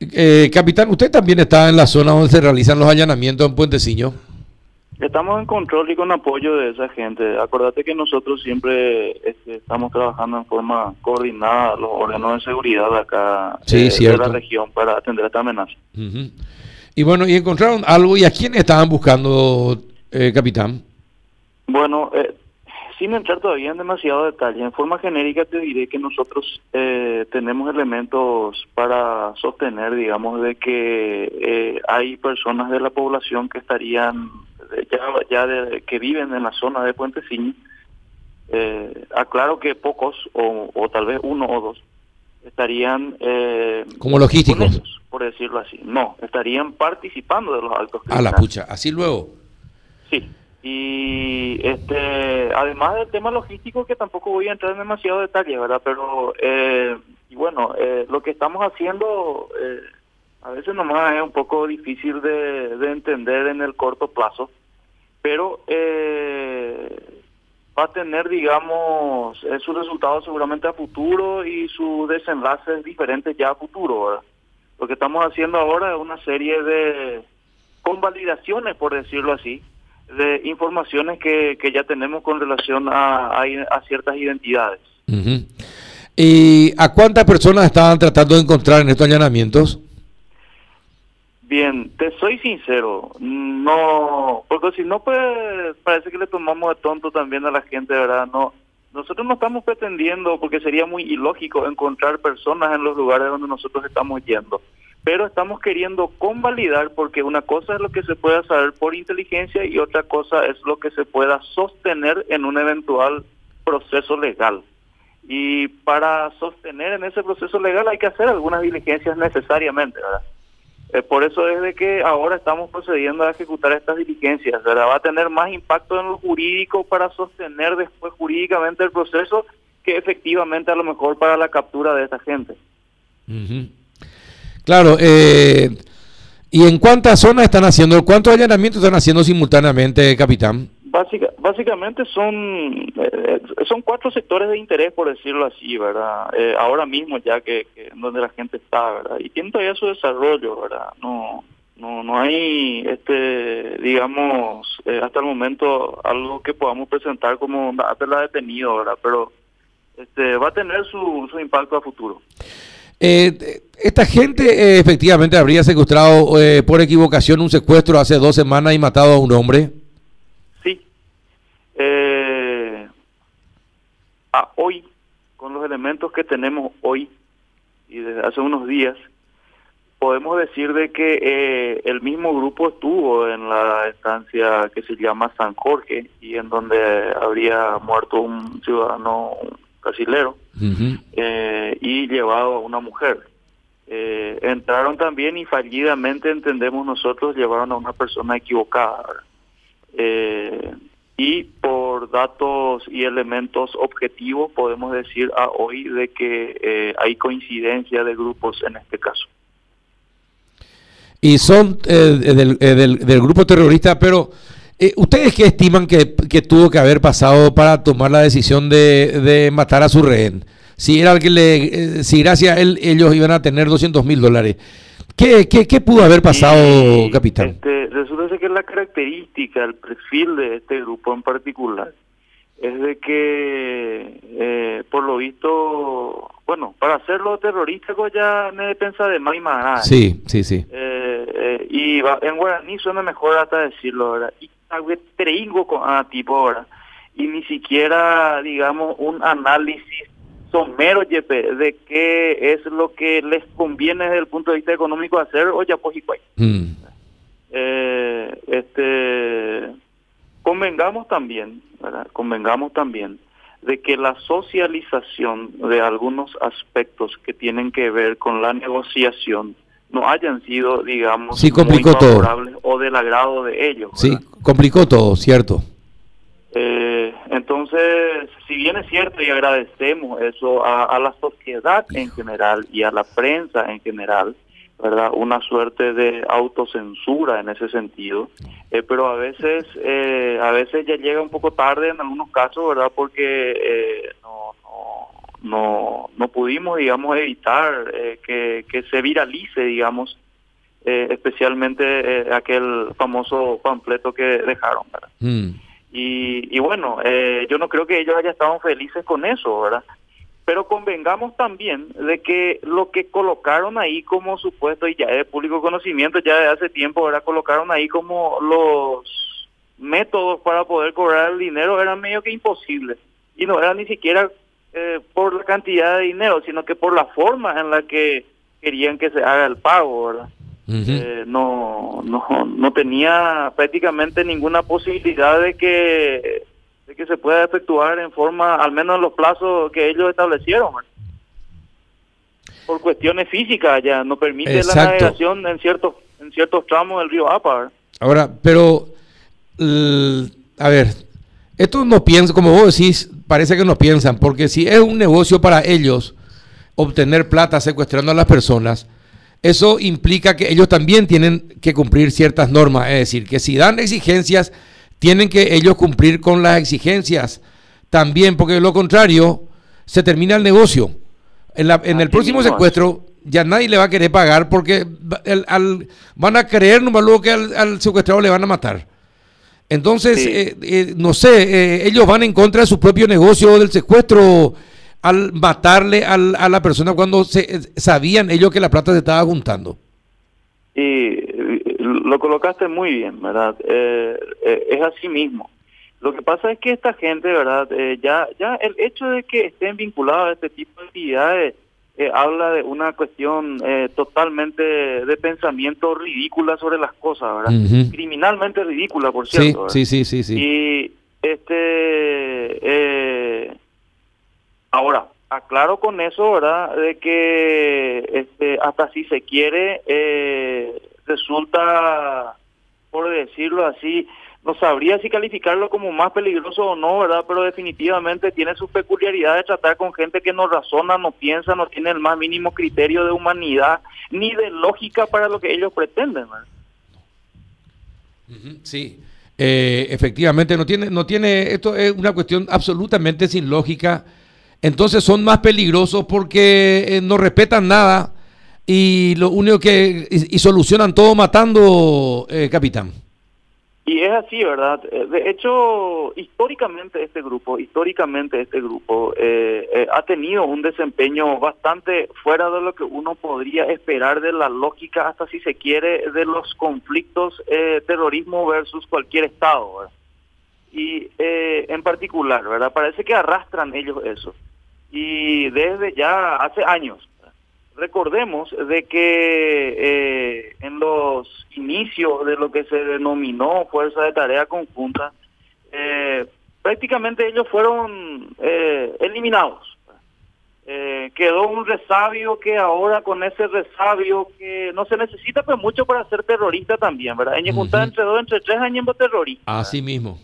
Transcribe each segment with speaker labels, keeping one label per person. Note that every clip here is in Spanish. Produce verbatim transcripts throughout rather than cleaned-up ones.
Speaker 1: Eh, capitán, usted también está en la zona donde se realizan los allanamientos en Puenteciño.
Speaker 2: Estamos en control y con apoyo de esa gente. Acordate que nosotros siempre este, estamos trabajando en forma coordinada, los órganos de seguridad de acá,
Speaker 1: Sí,
Speaker 2: eh, de la región, para atender esta amenaza.
Speaker 1: Uh-huh. Y bueno, ¿y encontraron algo? ¿Y a quién estaban buscando, eh, capitán?
Speaker 2: Bueno, eh, sin entrar todavía en demasiado detalle, en forma genérica te diré que nosotros eh, tenemos elementos para sostener, digamos, de que eh, hay personas de la población que estarían ya, ya de, que viven en la zona de Puenteciño. Eh, aclaro que pocos, o, o tal vez uno o dos, estarían eh,
Speaker 1: como logísticos,
Speaker 2: ellos, por decirlo así. No, estarían participando de los actos
Speaker 1: criminales. A la pucha, así luego.
Speaker 2: Sí. Y este, además del tema logístico, que tampoco voy a entrar en demasiado detalle, ¿verdad? Pero, eh, y bueno, eh, lo que estamos haciendo eh, a veces nomás es un poco difícil de, de entender en el corto plazo, pero eh, va a tener, digamos, eh, sus resultados seguramente a futuro y sus desenlaces diferentes ya a futuro, ¿verdad? Lo que estamos haciendo ahora es una serie de convalidaciones, por decirlo así, de informaciones que, que ya tenemos con relación a, a, a ciertas identidades.
Speaker 1: Uh-huh. ¿Y a cuántas personas estaban tratando de encontrar en estos allanamientos?
Speaker 2: Bien, te soy sincero, no, porque si no, pues parece que le tomamos de tonto también a la gente, ¿verdad? No, nosotros no estamos pretendiendo, porque sería muy ilógico encontrar personas en los lugares donde nosotros estamos yendo, pero estamos queriendo convalidar, porque una cosa es lo que se pueda saber por inteligencia y otra cosa es lo que se pueda sostener en un eventual proceso legal. Y para sostener en ese proceso legal hay que hacer algunas diligencias necesariamente, ¿verdad? Eh, por eso es de que ahora estamos procediendo a ejecutar estas diligencias, ¿verdad? Va a tener más impacto en lo jurídico para sostener después jurídicamente el proceso que efectivamente a lo mejor para la captura de esta gente.
Speaker 1: Uh-huh. Claro, eh, ¿y en cuántas zonas están haciendo, cuántos allanamientos están haciendo simultáneamente, capitán?
Speaker 2: Básica, básicamente son eh, son cuatro sectores de interés, por decirlo así, ¿verdad? Eh, ahora mismo ya que, que donde la gente está, ¿verdad? Y tiene todavía su desarrollo, ¿verdad? No no no hay, este digamos, eh, hasta el momento algo que podamos presentar como haberla detenido, ¿verdad? Pero este va a tener su, su impacto a futuro.
Speaker 1: Eh, esta gente eh, efectivamente habría secuestrado eh, por equivocación un secuestro hace dos semanas y matado a un hombre.
Speaker 2: Sí. Eh, a hoy, con los elementos que tenemos hoy y desde hace unos días, podemos decir de que eh, el mismo grupo estuvo en la estancia que se llama San Jorge y en donde habría muerto un ciudadano brasilero. Uh-huh. eh, y llevado a una mujer. Eh, entraron también y fallidamente, entendemos nosotros, llevaron a una persona equivocada. Eh, y por datos y elementos objetivos podemos decir a hoy de que eh, hay coincidencia de grupos en este caso.
Speaker 1: Y son eh, del, eh, del, del grupo terrorista, pero Eh, ¿ustedes qué estiman que, que tuvo que haber pasado para tomar la decisión de, de matar a su rehén? Si era el que le, eh, si gracias a él ellos iban a tener doscientos mil dólares. ¿Qué, qué, ¿Qué pudo haber pasado, y, capitán?
Speaker 2: Este, resulta que la característica, el perfil de este grupo en particular, es de que, eh, por lo visto, bueno, para hacerlo terrorístico ya me pensa de más y más.
Speaker 1: Sí, sí, sí.
Speaker 2: Eh, eh, y va, en guaraní suena mejor hasta decirlo, ¿verdad? Y treingo con a tipo ahora y ni siquiera, digamos, un análisis somero, Yepe, de qué es lo que les conviene desde el punto de vista económico hacer o ya pues y mm. eh, este convengamos también, ¿verdad? Convengamos también de que la socialización de algunos aspectos que tienen que ver con la negociación no hayan sido, digamos,
Speaker 1: sí, complicó
Speaker 2: muy favorables todo. O del agrado de ellos, ¿verdad?
Speaker 1: Sí, complicó todo, cierto.
Speaker 2: Eh, entonces, si bien es cierto y agradecemos eso a, a la sociedad en general y a la prensa en general, ¿verdad? Una suerte de autocensura en ese sentido, eh, pero a veces eh, a veces ya llega un poco tarde en algunos casos, ¿verdad? Porque eh, no, no, no, no pudimos, digamos, evitar eh, que, que se viralice, digamos, eh, especialmente eh, aquel famoso panfleto que dejaron, ¿verdad? Mm. Y, y bueno, eh, yo no creo que ellos hayan estado felices con eso, ¿verdad? Pero convengamos también de que lo que colocaron ahí como supuesto, y ya es de público conocimiento, ya de hace tiempo, ¿verdad? Colocaron ahí como los métodos para poder cobrar el dinero, eran medio que imposibles. Y no era ni siquiera eh, por la cantidad de dinero, sino que por la forma en la que querían que se haga el pago, ¿verdad? Uh-huh. eh, no, no, no tenía prácticamente ninguna posibilidad de que... de que se pueda efectuar en forma, al menos en los plazos que ellos establecieron, ¿verdad? Por cuestiones físicas ya no permite Exacto. la navegación en ciertos en ciertos tramos del río Apa, ¿verdad?
Speaker 1: Ahora, pero l- a ver, esto no piensa, como vos decís, parece que no piensan, porque si es un negocio para ellos obtener plata secuestrando a las personas, eso implica que ellos también tienen que cumplir ciertas normas, es decir, que si dan exigencias tienen que ellos cumplir con las exigencias también, porque de lo contrario se termina el negocio. En, la, en el próximo secuestro ya nadie le va a querer pagar porque el, al, van a creer nomás luego que al, al secuestrado le van a matar. Entonces, sí. eh, eh, no sé, eh, ellos van en contra de su propio negocio del secuestro al matarle al, a la persona cuando se, eh, sabían ellos que la plata se estaba juntando.
Speaker 2: Y lo colocaste muy bien, ¿verdad? Eh, eh, es así mismo. Lo que pasa es que esta gente, ¿verdad? Eh, ya ya el hecho de que estén vinculados a este tipo de actividades eh, habla de una cuestión eh, totalmente de pensamiento ridícula sobre las cosas, ¿verdad? Uh-huh. Criminalmente ridícula, por cierto.
Speaker 1: Sí, sí, sí, sí, sí.
Speaker 2: Y este... Eh, ahora... aclaro con eso, ¿verdad? De que este, hasta si se quiere, eh, resulta, por decirlo así, no sabría si calificarlo como más peligroso o no, ¿verdad? Pero definitivamente tiene su peculiaridad de tratar con gente que no razona, no piensa, no tiene el más mínimo criterio de humanidad, ni de lógica para lo que ellos pretenden, ¿verdad?
Speaker 1: Sí, eh, efectivamente, no tiene, no tiene, esto es una cuestión absolutamente sin lógica. Entonces son más peligrosos porque eh, no respetan nada y lo único que y, y solucionan todo matando, eh, capitán.
Speaker 2: Y es así, ¿verdad? De hecho, históricamente este grupo, históricamente este grupo eh, eh, ha tenido un desempeño bastante fuera de lo que uno podría esperar de la lógica, hasta si se quiere, de los conflictos eh, terrorismo versus cualquier estado, ¿verdad? Y eh, en particular, ¿verdad? Parece que arrastran ellos eso. Y desde ya hace años, ¿verdad? Recordemos de que eh, en los inicios de lo que se denominó Fuerza de Tarea Conjunta, eh, prácticamente ellos fueron eh, eliminados. Eh, quedó un resabio que ahora con ese resabio que no se necesita pues mucho para ser terrorista también, ¿verdad? En juntar uh-huh. entre dos, entre tres años terrorista.
Speaker 1: Así mismo.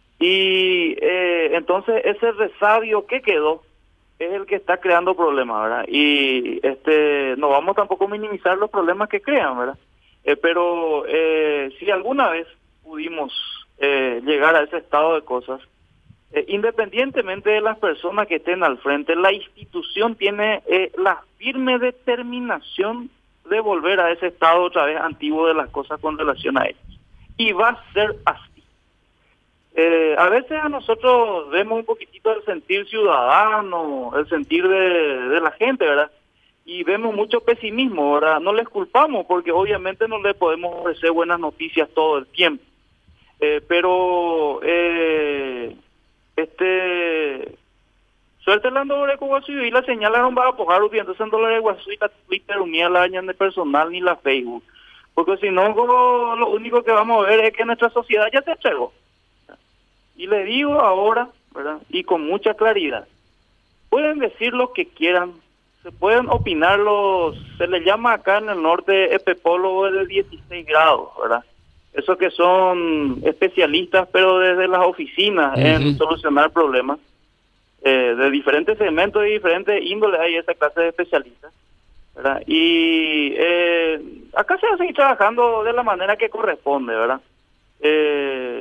Speaker 2: Y eh, entonces ese resabio que quedó es el que está creando problemas, ¿verdad? Y este no vamos tampoco a minimizar los problemas que crean, ¿verdad? Eh, pero eh, si alguna vez pudimos eh, llegar a ese estado de cosas, eh, independientemente de las personas que estén al frente, la institución tiene eh, la firme determinación de volver a ese estado otra vez antiguo de las cosas con relación a ellos. Y va a ser así. Eh, a veces a nosotros vemos un poquitito el sentir ciudadano, el sentir de, de la gente, ¿verdad? Y vemos mucho pesimismo, ¿verdad? No les culpamos porque obviamente no les podemos ofrecer buenas noticias todo el tiempo. Eh, pero, eh, este, suerte el ando de Guasú y la señalaron va a apojar entonces en dólares de Guasú y la Twitter unía la año de personal ni la Facebook. Porque si no, lo único que vamos a ver es que nuestra sociedad ya se entregó. Y le digo ahora, ¿verdad? Y con mucha claridad, pueden decir lo que quieran, se pueden opinar los, se les llama acá en el norte epepólogo de dieciséis grados, ¿verdad? Esos que son especialistas, pero desde las oficinas uh-huh. en solucionar problemas eh, de diferentes segmentos y diferentes índoles hay esa clase de especialistas, ¿verdad? Y eh, acá se va a seguir trabajando de la manera que corresponde, ¿verdad? Eh,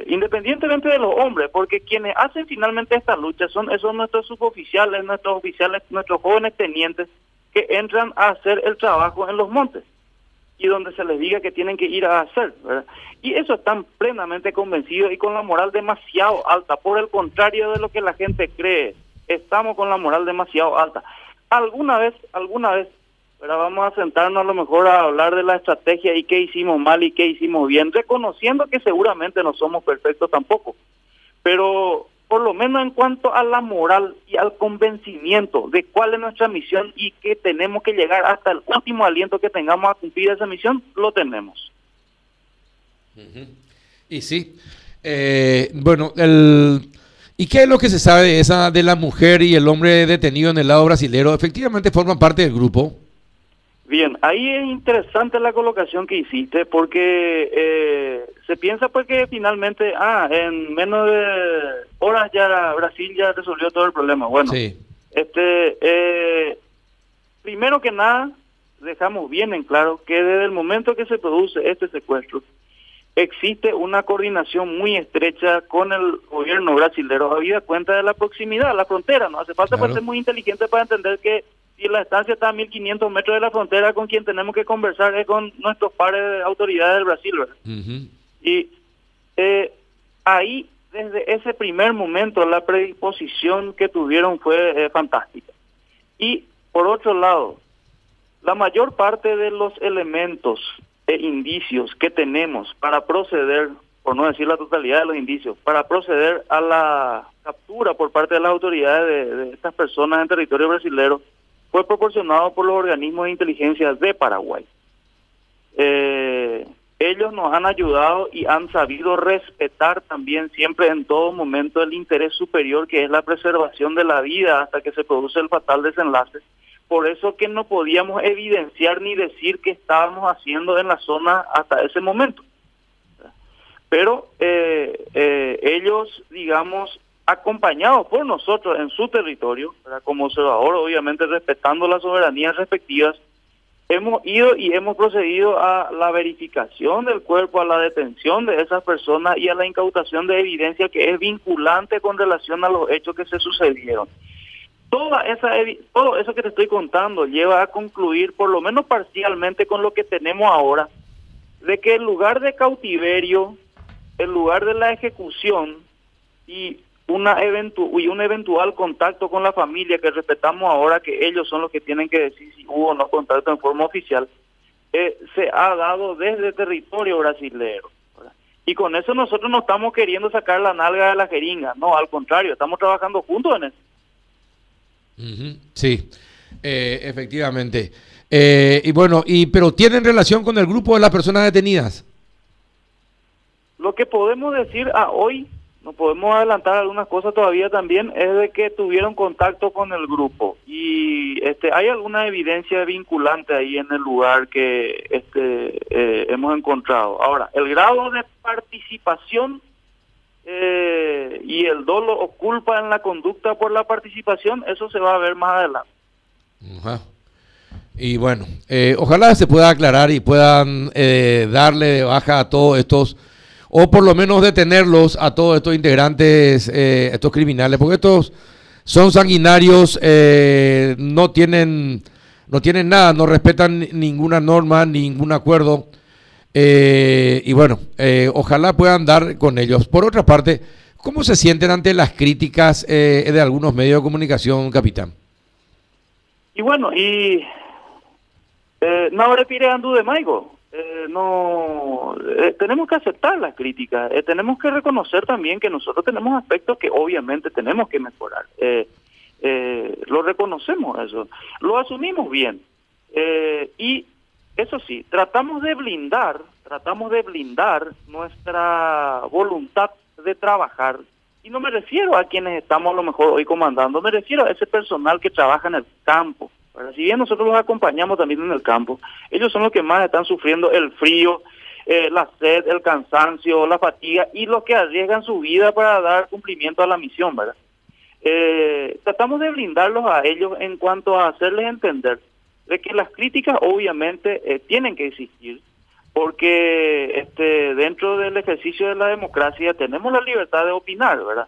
Speaker 2: eh, independientemente de los hombres, porque quienes hacen finalmente esta lucha son esos nuestros suboficiales, nuestros oficiales, nuestros jóvenes tenientes que entran a hacer el trabajo en los montes y donde se les diga que tienen que ir a hacer, ¿verdad? Y eso están plenamente convencidos y con la moral demasiado alta. Por el contrario de lo que la gente cree, estamos con la moral demasiado alta. Alguna vez, alguna vez, pero vamos a sentarnos a lo mejor a hablar de la estrategia y qué hicimos mal y qué hicimos bien, reconociendo que seguramente no somos perfectos tampoco. Pero por lo menos en cuanto a la moral y al convencimiento de cuál es nuestra misión y que tenemos que llegar hasta el último aliento que tengamos a cumplir esa misión, lo tenemos.
Speaker 1: Uh-huh. Y sí, eh, bueno, el... ¿y qué es lo que se sabe de esa de la mujer y el hombre detenido en el lado brasilero? ¿Efectivamente forman parte del grupo?
Speaker 2: Bien, ahí es interesante la colocación que hiciste porque eh, se piensa pues que finalmente, ah, en menos de horas ya Brasil ya resolvió todo el problema. Bueno, sí. este, eh, primero que nada, dejamos bien en claro que desde el momento que se produce este secuestro, existe una coordinación muy estrecha con el gobierno brasilero, habida cuenta de la proximidad, la frontera. No hace falta, claro, pues, ser muy inteligente para entender que si la estancia está a mil quinientos metros de la frontera, con quien tenemos que conversar es con nuestros pares de autoridades del Brasil, ¿verdad? Uh-huh. Y eh, ahí, desde ese primer momento, la predisposición que tuvieron fue eh, fantástica. Y, por otro lado, la mayor parte de los elementos e indicios que tenemos para proceder, por no decir la totalidad de los indicios, para proceder a la captura por parte de las autoridades de, de estas personas en territorio brasilero, fue proporcionado por los organismos de inteligencia de Paraguay. Eh, ellos nos han ayudado y han sabido respetar también siempre en todo momento el interés superior, que es la preservación de la vida hasta que se produce el fatal desenlace. Por eso que no podíamos evidenciar ni decir qué estábamos haciendo en la zona hasta ese momento. Pero eh, eh, ellos, digamos, acompañados por nosotros en su territorio, ¿verdad?, como observador, obviamente respetando las soberanías respectivas, hemos ido y hemos procedido a la verificación del cuerpo, a la detención de esas personas y a la incautación de evidencia que es vinculante con relación a los hechos que se sucedieron. Toda esa, todo eso que te estoy contando lleva a concluir, por lo menos parcialmente, con lo que tenemos ahora, de que el lugar de cautiverio, el lugar de la ejecución y una eventu y un eventual contacto con la familia, que respetamos ahora que ellos son los que tienen que decir si hubo o no contacto en forma oficial, eh, se ha dado desde territorio brasilero, ¿verdad? Y con eso nosotros no estamos queriendo sacar la nalga de la jeringa, no, al contrario, estamos trabajando juntos en eso.
Speaker 1: Uh-huh. Sí, eh, efectivamente. Eh, y bueno, y pero ¿tienen relación con el grupo de las personas detenidas?
Speaker 2: Lo que podemos decir a hoy, no podemos adelantar algunas cosas todavía también, es de que tuvieron contacto con el grupo y este hay alguna evidencia vinculante ahí en el lugar que este eh, hemos encontrado. Ahora, el grado de participación eh, y el dolo o culpa en la conducta por la participación, eso se va a ver más adelante.
Speaker 1: Ajá. Y bueno, eh, ojalá se pueda aclarar y puedan eh, darle de baja a todos estos, o por lo menos detenerlos a todos estos integrantes, eh, estos criminales, porque estos son sanguinarios, eh, no tienen no tienen nada, no respetan ninguna norma, ningún acuerdo, eh, y bueno, eh, ojalá puedan dar con ellos. Por otra parte, ¿cómo se sienten ante las críticas eh, de algunos medios de comunicación, capitán?
Speaker 2: Y bueno, y eh, no repire andu de maigo. Eh, no eh, tenemos que aceptar las críticas, eh, tenemos que reconocer también que nosotros tenemos aspectos que obviamente tenemos que mejorar, eh, eh, lo reconocemos, eso lo asumimos bien, eh, y eso sí, tratamos de blindar tratamos de blindar nuestra voluntad de trabajar, y no me refiero a quienes estamos a lo mejor hoy comandando, me refiero a ese personal que trabaja en el campo. Ahora, si bien nosotros los acompañamos también en el campo, ellos son los que más están sufriendo el frío, eh, la sed, el cansancio, la fatiga, y los que arriesgan su vida para dar cumplimiento a la misión, ¿verdad? Eh, tratamos de blindarlos a ellos en cuanto a hacerles entender de que las críticas obviamente eh, tienen que existir, porque este, dentro del ejercicio de la democracia tenemos la libertad de opinar, ¿verdad?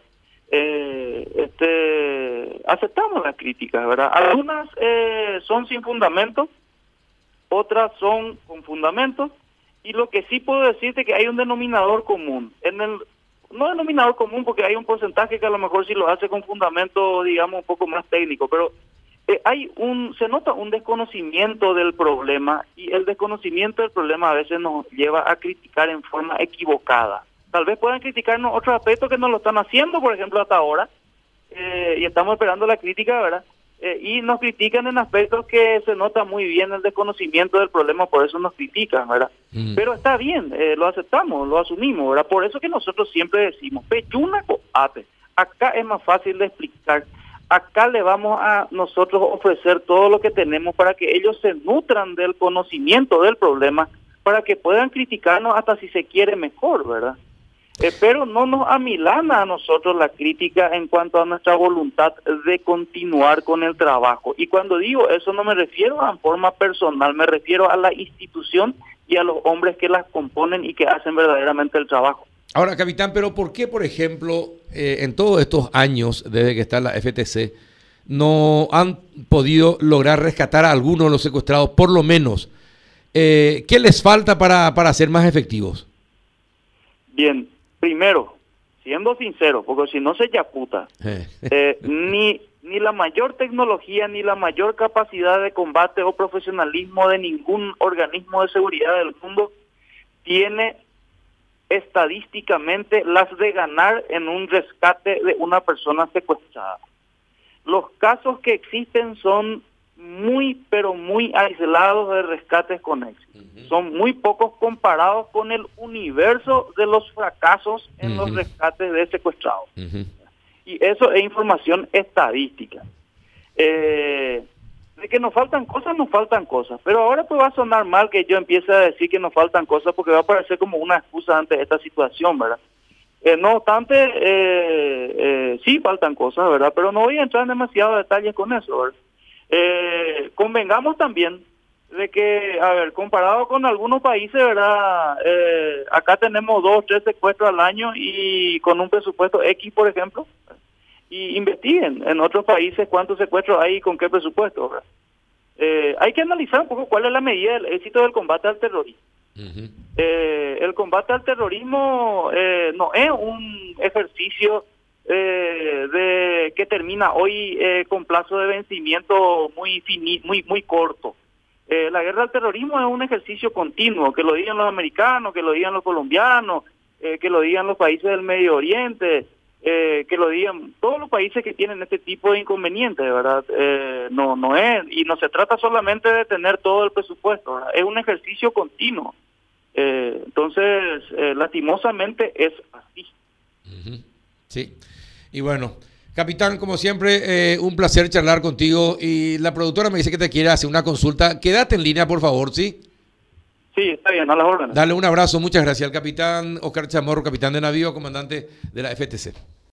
Speaker 2: Eh, este, aceptamos las críticas, ¿verdad? Algunas eh, son sin fundamento, otras son con fundamento, y lo que sí puedo decirte es que hay un denominador común. En el, no denominador común porque hay un porcentaje que a lo mejor sí lo hace con fundamento, digamos, un poco más técnico, pero eh, hay un, se nota un desconocimiento del problema, y el desconocimiento del problema a veces nos lleva a criticar en forma equivocada. Tal vez puedan criticarnos otros aspectos que no lo están haciendo, por ejemplo, hasta ahora, eh, y estamos esperando la crítica, ¿verdad? Eh, y nos critican en aspectos que se nota muy bien el desconocimiento del problema, por eso nos critican, ¿verdad? Mm. Pero está bien, eh, lo aceptamos, lo asumimos, ¿verdad? Por eso que nosotros siempre decimos, pechuna coate, acá es más fácil de explicar, acá le vamos a nosotros ofrecer todo lo que tenemos para que ellos se nutran del conocimiento del problema, para que puedan criticarnos hasta si se quiere mejor, ¿verdad? Eh, pero no nos amilana a nosotros la crítica en cuanto a nuestra voluntad de continuar con el trabajo. Y cuando digo eso no me refiero a forma personal, me refiero a la institución y a los hombres que las componen y que hacen verdaderamente el trabajo.
Speaker 1: Ahora, capitán, pero ¿por qué, por ejemplo, eh, en todos estos años, desde que está la F T C, no han podido lograr rescatar a algunos de los secuestrados, por lo menos? Eh, ¿Qué les falta para, para ser más efectivos?
Speaker 2: Bien. Primero, siendo sincero, porque si no se yaputa, eh, ni, ni la mayor tecnología, ni la mayor capacidad de combate o profesionalismo de ningún organismo de seguridad del mundo tiene estadísticamente las de ganar en un rescate de una persona secuestrada. Los casos que existen son muy, pero muy aislados de rescates con éxito. Uh-huh. Son muy pocos comparados con el universo de los fracasos en uh-huh. los rescates de secuestrados. Uh-huh. Y eso es información estadística. Eh, de que nos faltan cosas, nos faltan cosas. Pero ahora pues va a sonar mal que yo empiece a decir que nos faltan cosas, porque va a parecer como una excusa ante esta situación, ¿verdad? Eh, no obstante, eh, eh, sí faltan cosas, ¿verdad? Pero no voy a entrar en demasiados detalles con eso, ¿verdad? Eh, convengamos también de que, a ver, comparado con algunos países, ¿verdad? Eh, acá tenemos dos, tres secuestros al año y con un presupuesto X, por ejemplo, y investiguen en otros países cuántos secuestros hay y con qué presupuesto, ¿verdad? Eh, hay que analizar un poco cuál es la medida del éxito del combate al terrorismo. Uh-huh. Eh, el combate al terrorismo eh, no es un ejercicio Eh, de que termina hoy eh, con plazo de vencimiento muy fini, muy muy corto. Eh, la guerra al terrorismo es un ejercicio continuo, que lo digan los americanos, que lo digan los colombianos, eh, que lo digan los países del Medio Oriente, eh, que lo digan todos los países que tienen este tipo de inconvenientes, ¿verdad? Eh, no no es, y no se trata solamente de tener todo el presupuesto, ¿verdad? Es un ejercicio continuo. Eh, entonces, eh, lastimosamente es así.
Speaker 1: Uh-huh. Sí. Y bueno, capitán, como siempre, eh, un placer charlar contigo. Y la productora me dice que te quiere hacer una consulta. Quédate en línea, por favor, ¿sí?
Speaker 2: Sí, está bien, a las órdenes.
Speaker 1: Dale un abrazo, muchas gracias al capitán Oscar Chamorro, capitán de navío, comandante de la F T C.